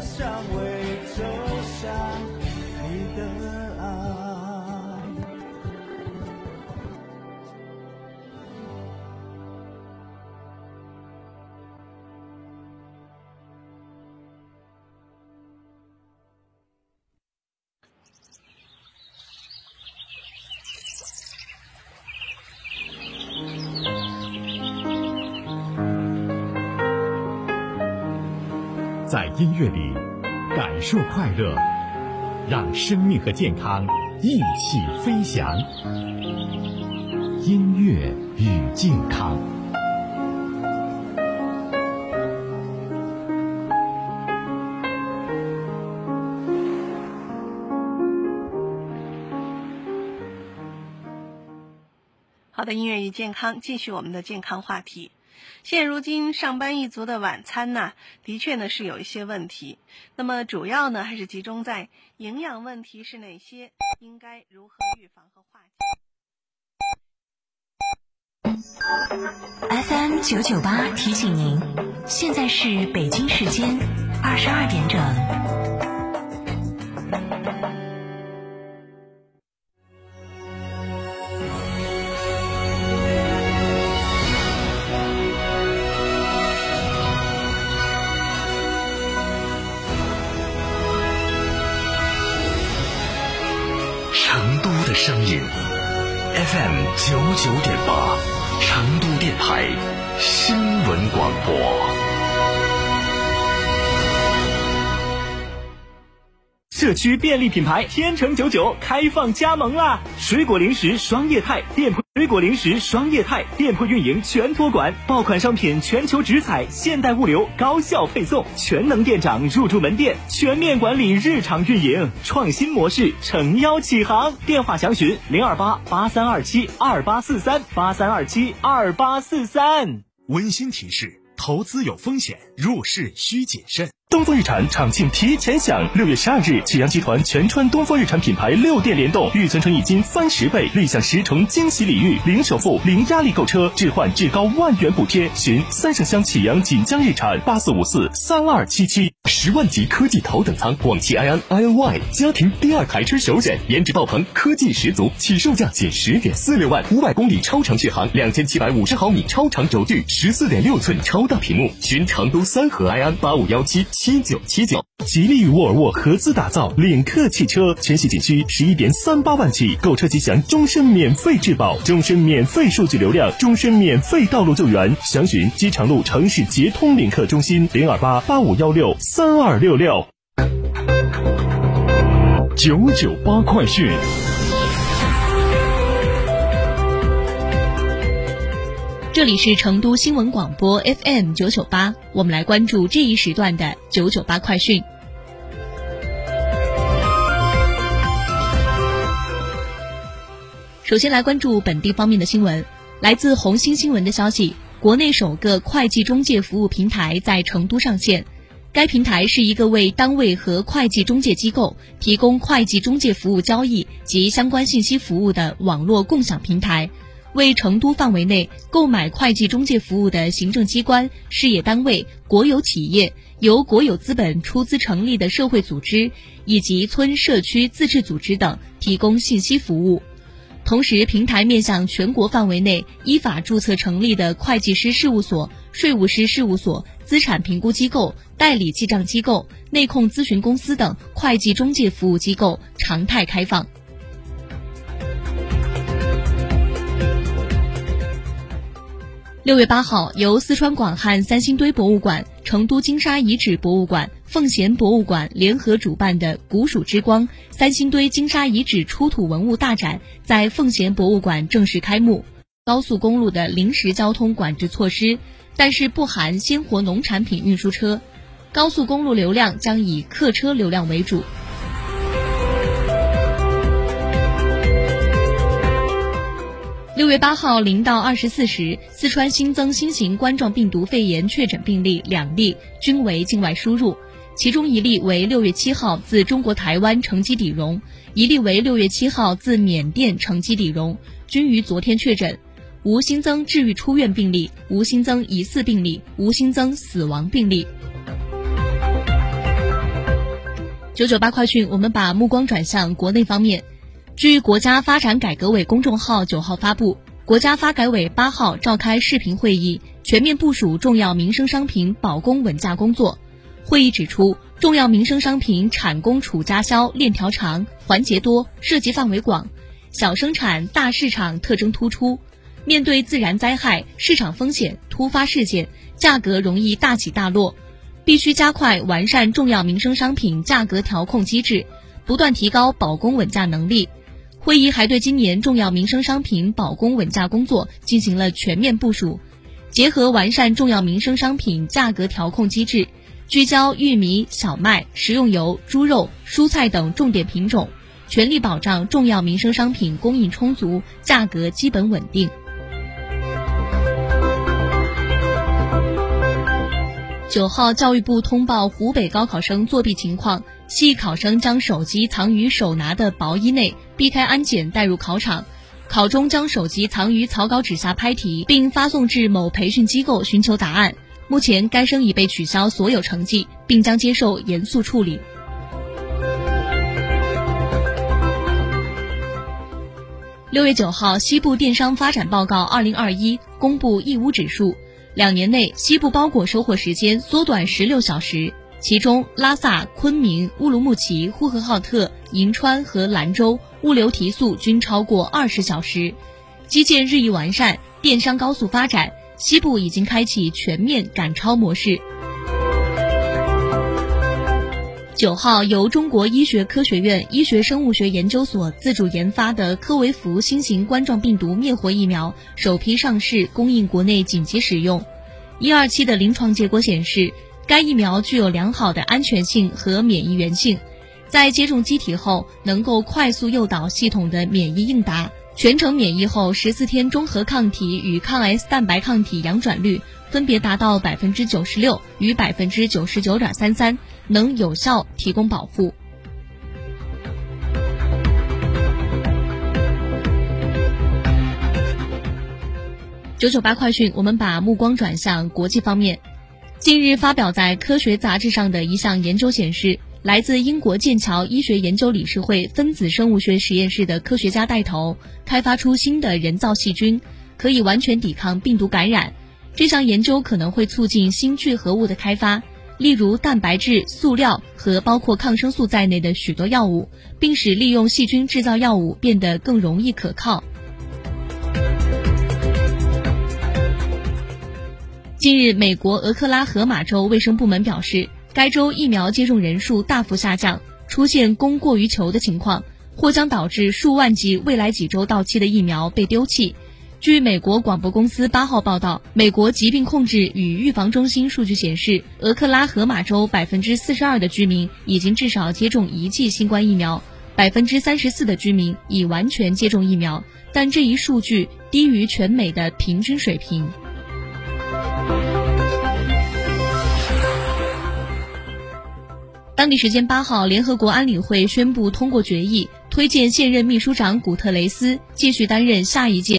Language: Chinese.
香味，就像你的爱。 在音乐里感受快乐，让生命和健康一起飞翔。音乐与健康。 好的，音乐与健康，继续我们的健康话题。现如今上班一族的晚餐呢，的确呢是有一些问题。那么主要呢还是集中在营养问题是哪些，应该如何预防和化解。FM 998提醒您，现在是北京时间22点整。 成都的声音 FM 99.8，成都电台新闻广播。 社区便利品牌天成99开放加盟啦！水果零食双业态店铺，水果零食双业态店铺运营全托管，爆款商品全球直采，现代物流，高效配送，全能店长入驻门店，全面管理日常运营，创新模式诚邀启航。电话详询028-8327-2843，8327-2843。 温馨提示：投资有风险，入市需谨慎。 东风日产厂庆提前享，6月12日，启阳集团全川东风日产品牌6店联动，预存成一金30倍，立享10重惊喜礼遇，零首付、零压力购车，置换至高万元补贴。询三圣乡启阳锦江日产84543277。10万级科技头等舱，广汽埃安 INY 家庭第2台车首选，颜值爆棚，科技十足，起售价仅10.46万，500公里超长续航，2750毫米超长轴距，14.6寸超大屏幕。询成都三河埃安85177979。吉利与沃尔沃合资打造领克汽车，全系仅需11.38万起，购车即享终身免费质保，终身免费数据流量，终身免费道路救援。详询机场路城市捷通领克中心02885163266。 998快讯。 这里是成都新闻广播 FM 998，我们来关注这一时段的998快讯。首先来关注本地方面的新闻。来自红星新闻的消息，国内首个会计中介服务平台在成都上线。该平台是一个为单位和会计中介机构提供会计中介服务交易及相关信息服务的网络共享平台，为成都范围内购买会计中介服务的行政机关、事业单位、国有企业、由国有资本出资成立的社会组织以及村社区自治组织等提供信息服务。同时，平台面向全国范围内依法注册成立的会计师事务所、税务师事务所、资产评估机构、代理记账机构、内控咨询公司等会计中介服务机构常态开放。6月8号，由四川广汉三星堆博物馆、成都金沙遗址博物馆、奉贤博物馆联合主办的“古蜀之光”三星堆金沙遗址出土文物大展在奉贤博物馆正式开幕。高速公路的临时交通管制措施，但是不含鲜活农产品运输车。高速公路流量将以客车流量为主。6月8号0到24时，四川新增新型冠状病毒肺炎确诊病例2例，均为境外输入，其中1例为6月7号自中国台湾乘机抵蓉，1例为6月7号自缅甸乘机抵蓉，均于昨天确诊，无新增治愈出院病例，无新增疑似病例，无新增死亡病例。 998快讯，我们把目光转向国内方面。据国家发展改革委公众号9号发布，国家发改委8号召开视频会议，全面部署重要民生商品保供稳价工作。会议指出，重要民生商品产供储加销链条长、环节多、涉及范围广，小生产大市场特征突出。面对自然灾害、市场风险、突发事件，价格容易大起大落，必须加快完善重要民生商品价格调控机制，不断提高保供稳价能力。会议还对今年重要民生商品保供稳价工作进行了全面部署，结合完善重要民生商品价格调控机制，聚焦玉米、小麦、食用油、猪肉、蔬菜等重点品种，全力保障重要民生商品供应充足，价格基本稳定。9号，教育部通报湖北高考生作弊情况，系考生将手机藏于手拿的薄衣内，避开安检带入考场，考中将手机藏于草稿纸下拍题，并发送至某培训机构寻求答案。目前该生已被取消所有成绩，并将接受严肃处理。6月9号，西部电商发展报告2021公布义乌指数，2年内西部包裹收货时间缩短16小时，其中拉萨、昆明、乌鲁木齐、呼和浩特、银川和兰州物流提速均超过20小时。基建日益完善，电商高速发展，西部已经开启全面赶超模式。9号，由中国医学科学院医学生物学研究所自主研发的科维福新型冠状病毒灭活疫苗首批上市，供应国内紧急使用。1、2期的临床结果显示，该疫苗具有良好的安全性和免疫原性，在接种机体后能够快速诱导系统的免疫应答，全程免疫后14天中和抗体与抗 S 蛋白抗体阳转率分别达到 96% 与 99.33%， 能有效提供保护。998快讯，我们把目光转向国际方面。近日发表在《科学》杂志上的一项研究显示，来自英国剑桥医学研究理事会分子生物学实验室的科学家带头，开发出新的人造细菌，可以完全抵抗病毒感染。这项研究可能会促进新聚合物的开发，例如蛋白质、塑料和包括抗生素在内的许多药物，并使利用细菌制造药物变得更容易可靠。近日，美国俄克拉荷马州卫生部门表示，该州疫苗接种人数大幅下降，出现供过于求的情况，或将导致数万剂未来几周到期的疫苗被丢弃。据美国广播公司8号报道，美国疾病控制与预防中心数据显示，俄克拉荷马州 42% 的居民已经至少接种1剂新冠疫苗， 34% 的居民已完全接种疫苗，但这一数据低于全美的平均水平。当地时间8号，联合国安理会宣布通过决议，推荐现任秘书长古特雷斯继续担任下一届